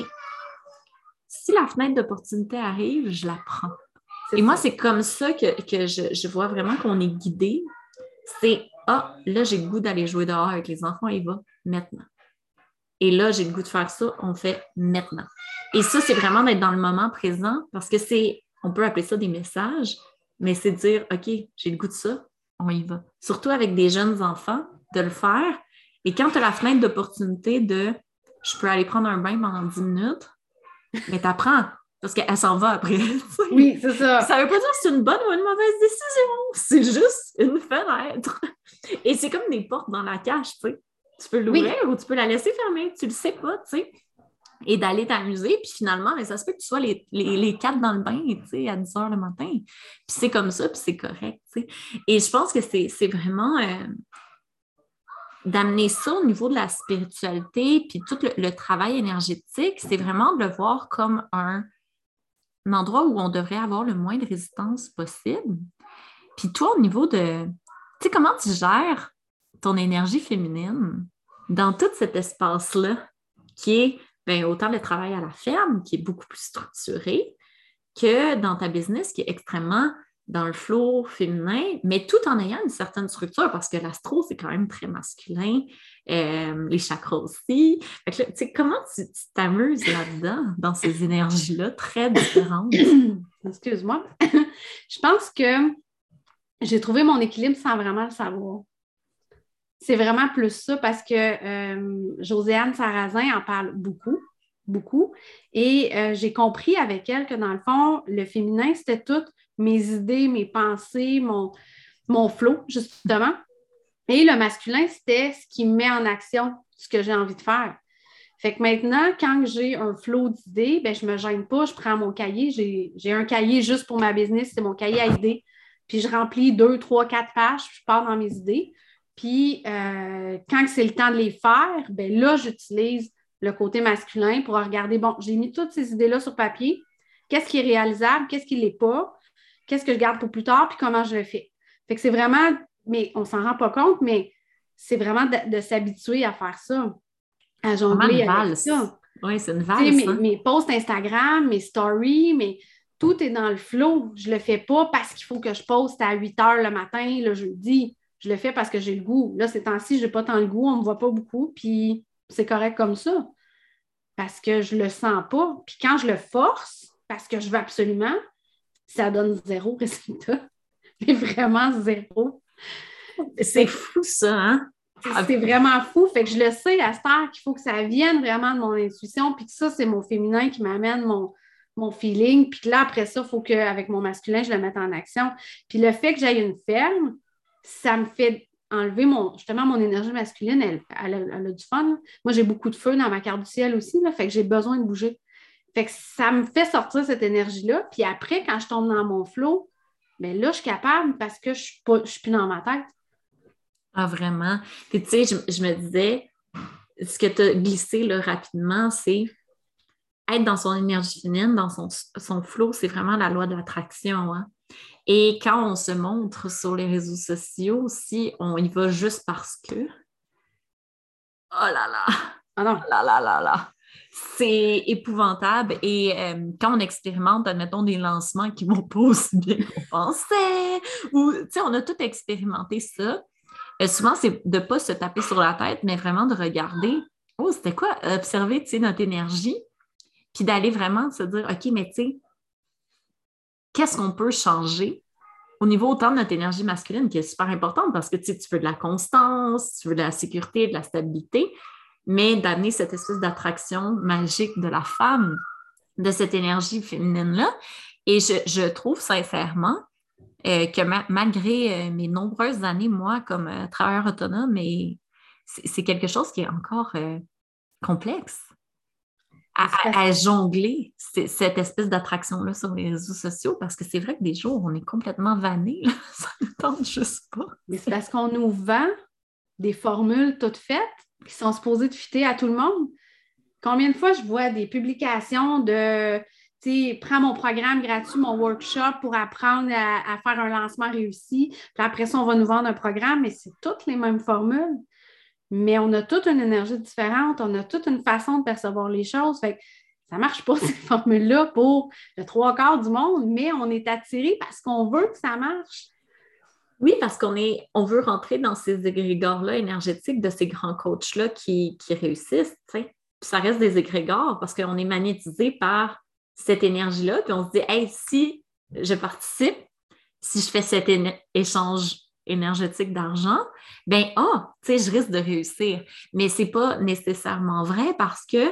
si la fenêtre d'opportunité arrive, je la prends. c'est Et moi, ça. c'est comme ça que je vois vraiment qu'on est guidé. C'est, ah, là, j'ai le goût d'aller jouer dehors avec les enfants, et va maintenant. Et là, j'ai le goût de faire ça, on fait maintenant. Et ça, c'est vraiment d'être dans le moment présent parce que on peut appeler ça des messages, mais c'est de dire, OK, j'ai le goût de ça, on y va. Surtout avec des jeunes enfants, de le faire. Et quand tu as la fenêtre d'opportunité de, je peux aller prendre un bain pendant 10 minutes, mais tu apprends parce qu'elle s'en va après. Oui, c'est Ça ça. ne veut pas dire que c'est une bonne ou une mauvaise décision, c'est juste une fenêtre. Et c'est comme des portes dans la cage, tu sais. Tu peux l'ouvrir Oui, ou tu peux la laisser fermer, tu le sais pas, tu sais. Et d'aller t'amuser, puis finalement, mais ça se peut que tu sois les quatre dans le bain, tu sais, à 10 heures le matin. Puis c'est comme ça, puis c'est correct, tu sais. Et je pense que c'est vraiment d'amener ça au niveau de la spiritualité, puis tout le travail énergétique, c'est vraiment de le voir comme un endroit où on devrait avoir le moins de résistance possible. Puis toi, au niveau de, tu sais, comment tu gères ton énergie féminine dans tout cet espace-là qui est ben, autant le travail à la ferme, qui est beaucoup plus structuré, que dans ta business qui est extrêmement dans le flow féminin, mais tout en ayant une certaine structure, parce que l'astro, c'est quand même très masculin, les chakras aussi. Fait que là, tu sais, comment tu t'amuses là-dedans, dans ces énergies-là très différentes? excuse-moi. Je pense que j'ai trouvé mon équilibre sans vraiment le savoir. C'est vraiment plus ça parce que Josiane Sarrazin en parle beaucoup, beaucoup. Et j'ai compris avec elle que dans le fond, le féminin, c'était toutes mes idées, mes pensées, mon flow, justement. Et le masculin, c'était ce qui me met en action, ce que j'ai envie de faire. Fait que maintenant, quand j'ai un flow d'idées, ben, je ne me gêne pas, je prends mon cahier. J'ai un cahier juste pour ma business, c'est mon cahier à idées. Puis je remplis 2, 3, 4 pages, puis je pars dans mes idées. Puis quand c'est le temps de les faire, ben là, j'utilise le côté masculin pour regarder, bon, j'ai mis toutes ces idées-là sur papier. Qu'est-ce qui est réalisable? Qu'est-ce qui ne l'est pas? Qu'est-ce que je garde pour plus tard? Puis comment je le fais? Fait que c'est vraiment, mais on ne s'en rend pas compte, mais c'est vraiment de s'habituer à faire ça, à Vraiment jongler une avec valse. ça. Oui, c'est une Tu sais, valse, hein? mes posts Instagram, mes stories, mais tout est dans le flow. Je ne le fais pas parce qu'il faut que je poste à 8 heures le matin, le jeudi. Je le fais parce que j'ai le goût. Là, ces temps-ci, je n'ai pas tant le goût, on ne me voit pas beaucoup, puis c'est correct comme ça. Parce que je ne le sens pas. Puis quand je le force, parce que je veux absolument, ça donne zéro résultat. Mais vraiment zéro. C'est Fait que fou, ça, hein? Ah, c'est vraiment fou. Fait que je le sais à cette heure qu'il faut que ça vienne vraiment de mon intuition, puis que ça, c'est mon féminin qui m'amène mon feeling. Puis que là, après ça, il faut qu'avec mon masculin, je le mette en action. Puis le fait que j'aille une ferme, ça me fait enlever justement mon énergie masculine. Elle a du fun. Moi, j'ai beaucoup de feu dans ma carte du ciel aussi, là, fait que j'ai besoin de bouger. Fait que ça me fait sortir cette énergie-là. Puis après, quand je tombe dans mon flow, bien là, je suis capable parce que je suis plus dans ma tête. ah, vraiment. Puis, tu sais, je me disais, ce que tu as glissé là, rapidement, c'est être dans son énergie féminine, dans son flow, c'est vraiment la loi de l'attraction, hein? Et quand on se montre sur les réseaux sociaux, si on y va juste parce que, oh là là, Ah non. oh là là là là, c'est épouvantable. Et quand on expérimente, admettons, des lancements qui vont pas aussi bien qu'on pensait, ou, tu sais, on a tout expérimenté ça. Souvent, c'est de ne pas se taper sur la tête, mais vraiment de regarder, oh, c'était quoi? Observer, tu sais, notre énergie, puis d'aller vraiment se dire, OK, mais tu sais, qu'est-ce qu'on peut changer au niveau autant de notre énergie masculine qui est super importante parce que tu sais, tu veux de la constance, tu veux de la sécurité, de la stabilité, mais d'amener cette espèce d'attraction magique de la femme de cette énergie féminine-là. Et je trouve sincèrement que malgré mes nombreuses années, moi, comme travailleur autonome, c'est quelque chose qui est encore complexe à jongler cette espèce d'attraction-là sur les réseaux sociaux, parce que c'est vrai que des jours, on est complètement vanné, là. Ça ne tente juste pas. Mais c'est parce qu'on nous vend des formules toutes faites qui sont supposées de fitter à tout le monde. Combien de fois je vois des publications de, tu sais, prends mon programme gratuit, mon workshop pour apprendre à faire un lancement réussi, puis après ça, on va nous vendre un programme, mais c'est toutes les mêmes formules. Mais on a toute une énergie différente, on a toute une façon de percevoir les choses. Fait que ça ne marche pas, ces formules-là, pour le trois quarts du monde, mais on est attiré parce qu'on veut que ça marche. Oui, parce on veut rentrer dans ces égrégores-là énergétiques de ces grands coachs-là qui réussissent, tu sais. Puis ça reste des égrégores parce qu'on est magnétisé par cette énergie-là, puis on se dit, hey, si je participe, si je fais cet échange énergétique d'argent, ben, tu sais, je risque de réussir. Mais c'est pas nécessairement vrai parce que,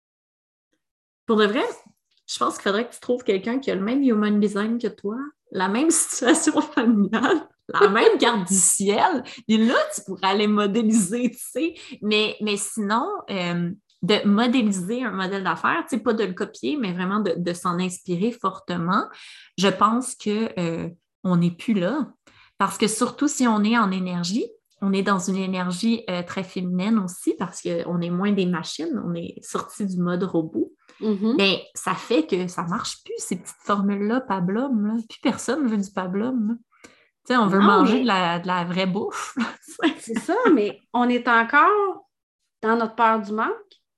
pour de vrai, je pense qu'il faudrait que tu trouves quelqu'un qui a le même human design que toi, la même situation familiale, la même carte du ciel. Et là, tu pourrais aller modéliser, tu sais. Mais sinon, de modéliser un modèle d'affaires, tu sais, pas de le copier, mais vraiment de s'en inspirer fortement, je pense qu'on n'est plus là. Parce que surtout si on est en énergie, on est dans une énergie très féminine aussi parce qu'on est moins des machines, on est sorti du mode robot. Mm-hmm. Bien, ça fait que ça ne marche plus, ces petites formules-là, pablum. Là. Plus personne ne veut du pablum. Tu sais, on veut manger de la vraie bouffe. C'est ça, mais on est encore dans notre peur du manque,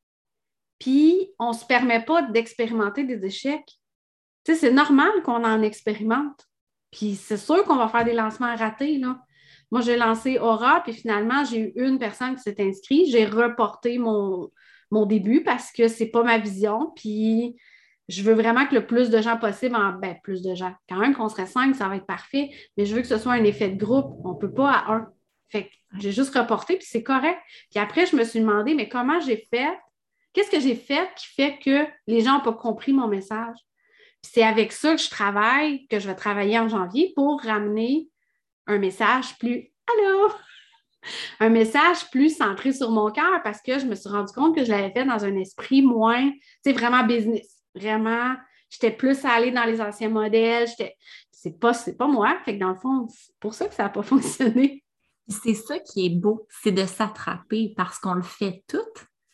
puis on ne se permet pas d'expérimenter des échecs. Tu sais, c'est normal qu'on en expérimente. Puis c'est sûr qu'on va faire des lancements ratés, là. Moi, j'ai lancé Aura, puis finalement, j'ai eu une personne qui s'est inscrite. J'ai reporté mon début parce que c'est pas ma vision. Puis je veux vraiment que le plus de gens possible, plus de gens. Quand même qu'on serait 5, ça va être parfait, mais je veux que ce soit un effet de groupe. On ne peut pas à 1. Fait que j'ai juste reporté, puis c'est correct. Puis après, je me suis demandé, mais comment j'ai fait? Qu'est-ce que j'ai fait qui fait que les gens n'ont pas compris mon message? Puis c'est avec ça que je travaille, que je vais travailler en janvier pour ramener un message plus allô, un message plus centré sur mon cœur parce que je me suis rendu compte que je l'avais fait dans un esprit moins, tu sais, vraiment business. Vraiment, j'étais plus allée dans les anciens modèles. C'est pas moi. Fait que dans le fond, c'est pour ça que ça n'a pas fonctionné. C'est ça qui est beau, c'est de s'attraper parce qu'on le fait tout.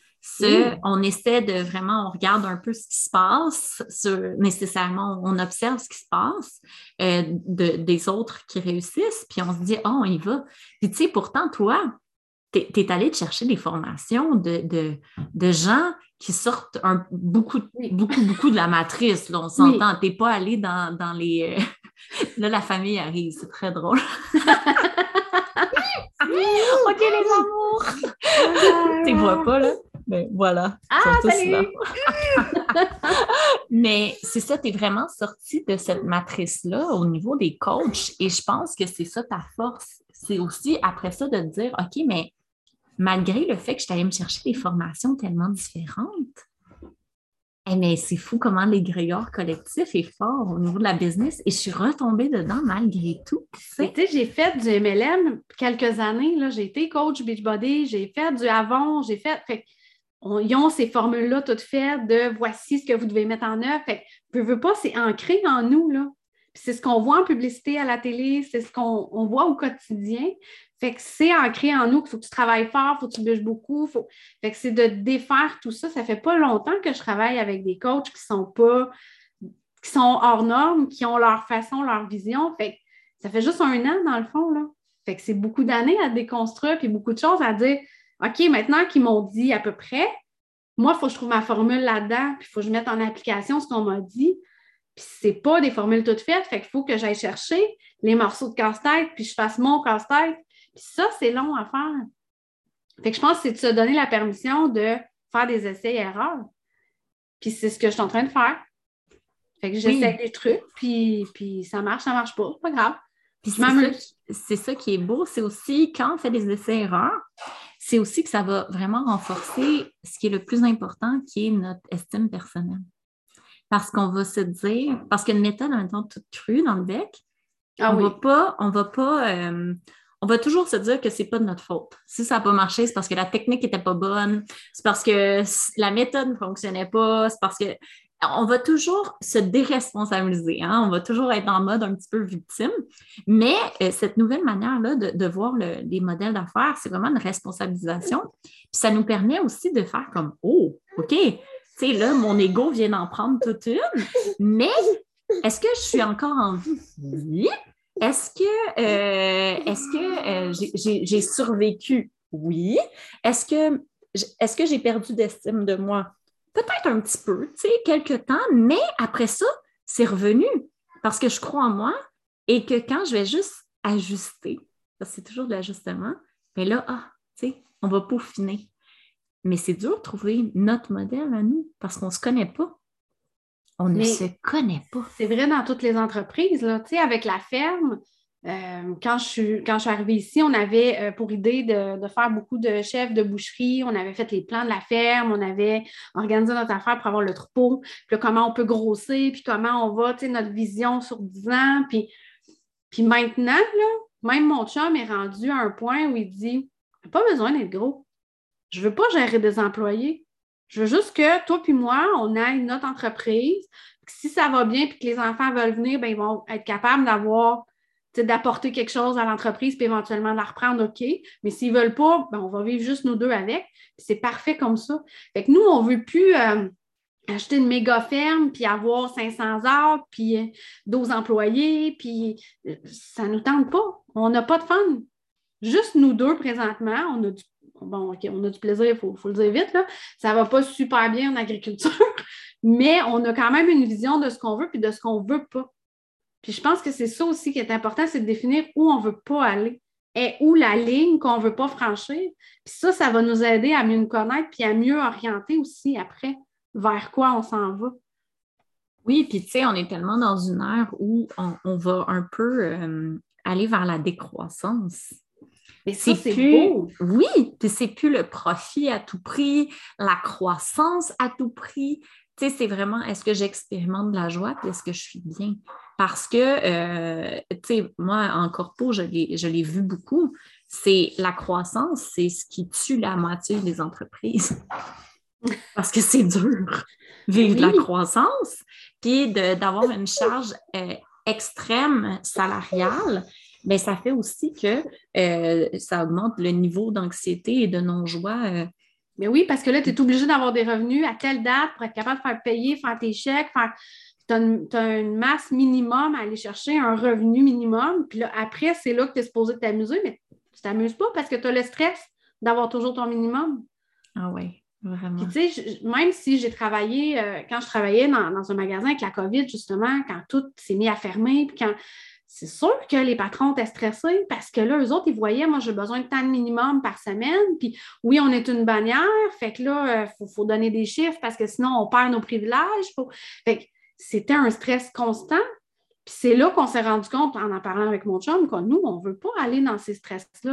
On essaie de vraiment, on regarde un peu ce qui se passe, nécessairement, on observe ce qui se passe des autres qui réussissent, puis on se dit, on y va. Puis tu sais, pourtant, toi, tu es allé te chercher des formations de gens qui sortent beaucoup de la matrice, là, on s'entend. Tu n'es pas allé dans les... Là, la famille arrive, c'est très drôle. OK, les amours! Tu ne vois pas, là? Mais voilà. Salut! Mais c'est ça, tu es vraiment sorti de cette matrice-là au niveau des coachs et je pense que c'est ça ta force. C'est aussi après ça de te dire, OK, mais malgré le fait que je suis allée me chercher des formations tellement différentes, mais c'est fou comment l'égrégore collectif est fort au niveau de la business et je suis retombée dedans malgré tout. Tu sais, j'ai fait du MLM quelques années. Là, j'ai été coach Beachbody, j'ai fait du Avon, ils ont ces formules-là toutes faites de voici ce que vous devez mettre en œuvre. Fait que, veux pas, c'est ancré en nous, là. Puis c'est ce qu'on voit en publicité à la télé, c'est ce qu'on voit au quotidien. Fait que c'est ancré en nous qu'il faut que tu travailles fort, il faut que tu bûches beaucoup. Fait que c'est de défaire tout ça. Ça fait pas longtemps que je travaille avec des coachs qui sont hors normes, qui ont leur façon, leur vision. Fait que ça fait juste 1 an, dans le fond, là. Fait que c'est beaucoup d'années à déconstruire puis beaucoup de choses à dire. OK, maintenant qu'ils m'ont dit à peu près, moi, il faut que je trouve ma formule là-dedans, puis il faut que je mette en application ce qu'on m'a dit. Puis c'est pas des formules toutes faites, fait qu'il faut que j'aille chercher les morceaux de casse-tête, puis je fasse mon casse-tête. Puis ça, c'est long à faire. Fait que je pense que c'est de se donner la permission de faire des essais-erreurs. Puis c'est ce que je suis en train de faire. Fait que j'essaie des trucs, puis ça marche pas, c'est pas grave. Puis c'est ça qui est beau, c'est aussi quand on fait des essais-erreurs, c'est aussi que ça va vraiment renforcer ce qui est le plus important, qui est notre estime personnelle. parce qu'on va se dire, parce qu'une méthode en même temps toute crue dans le bec, Ah oui. on va toujours se dire que c'est pas de notre faute. Si ça n'a pas marché, c'est parce que la technique n'était pas bonne, c'est parce que la méthode ne fonctionnait pas, c'est parce que on va toujours se déresponsabiliser, hein? On va toujours être en mode un petit peu victime. Mais cette nouvelle manière-là de voir les modèles d'affaires, c'est vraiment une responsabilisation. Puis ça nous permet aussi de faire comme, oh, OK, tu sais, là, mon ego vient d'en prendre toute une, mais est-ce que je suis encore en vie? Oui. Est-ce que j'ai survécu? Oui. Est-ce que j'ai perdu d'estime de moi? Peut-être un petit peu, tu sais, quelques temps, mais après ça, c'est revenu parce que je crois en moi et que quand je vais juste ajuster, parce que c'est toujours de l'ajustement, mais là, tu sais, on va peaufiner. Mais c'est dur de trouver notre modèle à nous parce qu'on ne se connaît pas. On ne se connaît pas. C'est vrai dans toutes les entreprises, là. Tu sais, avec la ferme, quand je suis arrivée ici, on avait pour idée de faire beaucoup de chefs de boucherie. On avait fait les plans de la ferme, on avait organisé notre affaire pour avoir le troupeau, puis là, comment on peut grossir, puis comment on va, tu sais, notre vision sur 10 ans. Puis maintenant, là, même mon chum est rendu à un point où il dit, pas besoin d'être gros. Je ne veux pas gérer des employés. Je veux juste que toi puis moi, on ait notre entreprise. Si ça va bien et que les enfants veulent venir, ben, ils vont être capables d'apporter quelque chose à l'entreprise puis éventuellement de la reprendre, OK. Mais s'ils ne veulent pas, ben, on va vivre juste nous deux avec. Puis c'est parfait comme ça. Fait que nous, on ne veut plus acheter une méga ferme puis avoir 500 arbres puis 12 employés puis ça ne nous tente pas. On n'a pas de fun. Juste nous deux présentement, on a du plaisir, il faut le dire vite, là. Ça ne va pas super bien en agriculture, mais on a quand même une vision de ce qu'on veut et de ce qu'on ne veut pas. Puis je pense que c'est ça aussi qui est important, c'est de définir où on ne veut pas aller et où la ligne qu'on ne veut pas franchir. Puis ça va nous aider à mieux nous connaître puis à mieux orienter aussi après vers quoi on s'en va. Oui, puis tu sais, on est tellement dans une ère où on va un peu aller vers la décroissance. Mais ça, c'est beau. Oui, puis c'est plus le profit à tout prix, la croissance à tout prix. Tu sais, c'est vraiment, est-ce que j'expérimente de la joie, puis est-ce que je suis bien? Parce que, tu sais, moi, en corpo, je l'ai vu beaucoup, c'est la croissance, c'est ce qui tue la moitié des entreprises. Parce que c'est dur, vivre de la croissance, puis d'avoir une charge extrême salariale. Bien, ça fait aussi que ça augmente le niveau d'anxiété et de non-joie. Mais oui, parce que là, tu es obligé d'avoir des revenus à telle date pour être capable de faire payer, faire tes chèques, tu as une masse minimum à aller chercher, un revenu minimum. Puis là, après, c'est là que tu es supposé t'amuser, mais tu ne t'amuses pas parce que tu as le stress d'avoir toujours ton minimum. Ah oui, vraiment. Puis tu sais, même si j'ai travaillé, quand je travaillais dans un magasin avec la COVID, justement, quand tout s'est mis à fermer, puis quand c'est sûr que les patrons étaient stressés parce que là, eux autres, ils voyaient, moi, j'ai besoin de temps de minimum par semaine. Puis oui, on est une bannière, fait que là, faut donner des chiffres parce que sinon, on perd nos privilèges. Fait que c'était un stress constant. Puis c'est là qu'on s'est rendu compte, en parlant avec mon chum, que nous, on ne veut pas aller dans ces stress-là,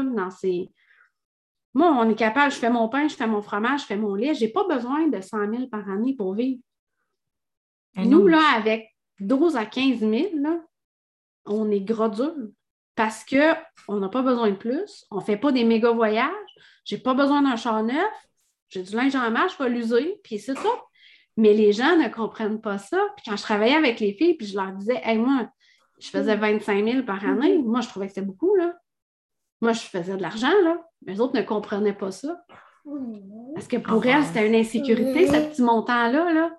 Moi, on est capable, je fais mon pain, je fais mon fromage, je fais mon lait. Je n'ai pas besoin de 100 000 par année pour vivre. Nous, là, avec 12 à 15 000, là, on est gros dur parce qu'on n'a pas besoin de plus. On ne fait pas des méga voyages. Je n'ai pas besoin d'un char neuf. J'ai du linge en marche, je vais l'user, puis c'est ça. Mais les gens ne comprennent pas ça. Puis quand je travaillais avec les filles, puis je leur disais, hey, moi, je faisais 25 000 par année. Moi, je trouvais que c'était beaucoup, là. Moi, je faisais de l'argent, là. Mais les autres ne comprenaient pas ça. Parce que pour elles, c'était une insécurité, ce petit montant-là, là.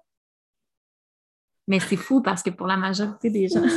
Mais c'est fou parce que pour la majorité des gens,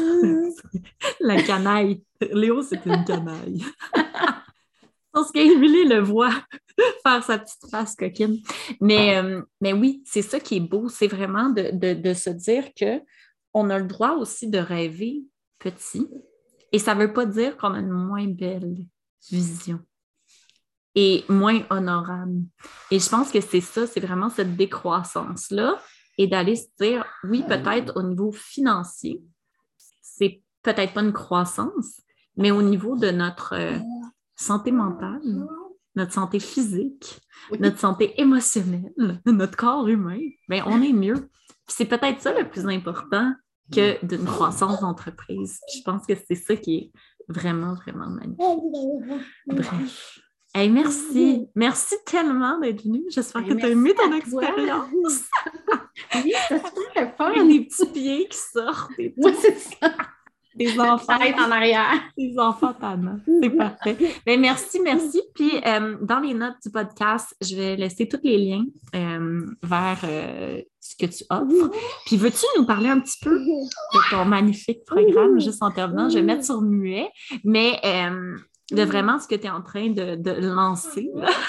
la canaille. Léo, c'est une canaille. Parce qu'Émilie le voit faire sa petite face coquine. Mais oui, c'est ça qui est beau. C'est vraiment de se dire qu'on a le droit aussi de rêver petit. Et ça ne veut pas dire qu'on a une moins belle vision et moins honorable. Et je pense que c'est ça, c'est vraiment cette décroissance-là et d'aller se dire, oui, peut-être au niveau financier, c'est peut-être pas une croissance, mais au niveau de notre santé mentale, notre santé physique, Oui. notre santé émotionnelle, notre corps humain, bien, on est mieux. Puis c'est peut-être ça le plus important que d'une croissance d'entreprise. Puis je pense que c'est ça qui est vraiment, vraiment magnifique. Bref. Hey, merci. Merci tellement d'être venue. J'espère que tu as aimé ton expérience. Oui, c'était super fun. Avec des petits pieds qui sortent. Moi, c'est ça. Des enfants. Tête en arrière. Des enfants tannants. C'est parfait. Ben, merci. Puis, dans les notes du podcast, je vais laisser tous les liens vers ce que tu offres. Puis, veux-tu nous parler un petit peu de ton magnifique programme, juste en terminant? Je vais mettre sur muet, mais de vraiment ce que tu es en train de lancer.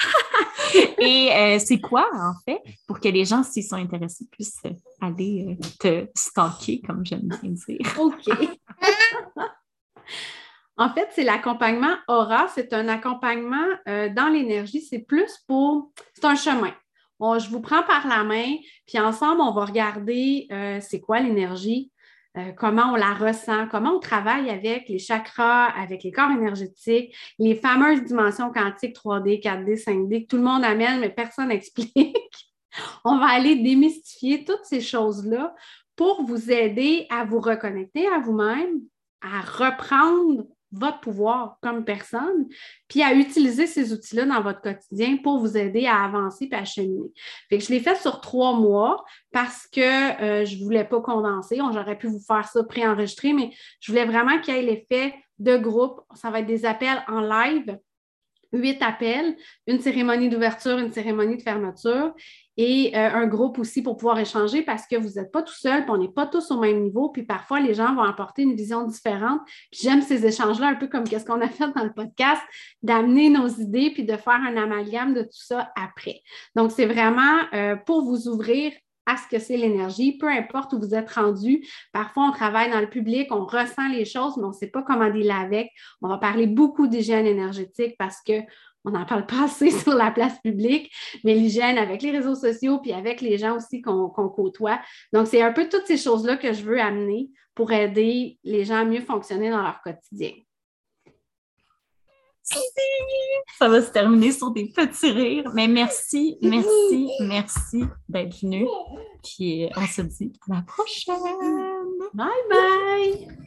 Et c'est quoi, en fait, pour que les gens, s'ils sont intéressés, puissent aller te stalker, comme j'aime bien dire. OK. En fait, c'est l'accompagnement Aura. C'est un accompagnement dans l'énergie. C'est un chemin. Je vous prends par la main, puis ensemble, on va regarder c'est quoi l'énergie, comment on la ressent, comment on travaille avec les chakras, avec les corps énergétiques, les fameuses dimensions quantiques 3D, 4D, 5D que tout le monde amène, mais personne n'explique. On va aller démystifier toutes ces choses-là pour vous aider à vous reconnecter à vous-même, à reprendre votre pouvoir comme personne, puis à utiliser ces outils-là dans votre quotidien pour vous aider à avancer et à cheminer. Fait que je l'ai fait sur 3 mois parce que je ne voulais pas condenser. J'aurais pu vous faire ça préenregistré, mais je voulais vraiment qu'il y ait l'effet de groupe. Ça va être des appels en live, 8 appels, une cérémonie d'ouverture, une cérémonie de fermeture et un groupe aussi pour pouvoir échanger parce que vous n'êtes pas tout seul, puis on n'est pas tous au même niveau, puis parfois les gens vont apporter une vision différente. Puis j'aime ces échanges-là, un peu comme ce qu'on a fait dans le podcast, d'amener nos idées puis de faire un amalgame de tout ça après. Donc, c'est vraiment pour vous ouvrir à ce que c'est l'énergie, peu importe où vous êtes rendu. Parfois, on travaille dans le public, on ressent les choses, mais on ne sait pas comment dealer avec. On va parler beaucoup d'hygiène énergétique parce qu'on n'en parle pas assez sur la place publique, mais l'hygiène avec les réseaux sociaux puis avec les gens aussi qu'on côtoie. Donc, c'est un peu toutes ces choses-là que je veux amener pour aider les gens à mieux fonctionner dans leur quotidien. Ça va se terminer sur des petits rires. Mais merci d'être venu. Puis on se dit à la prochaine. Bye bye!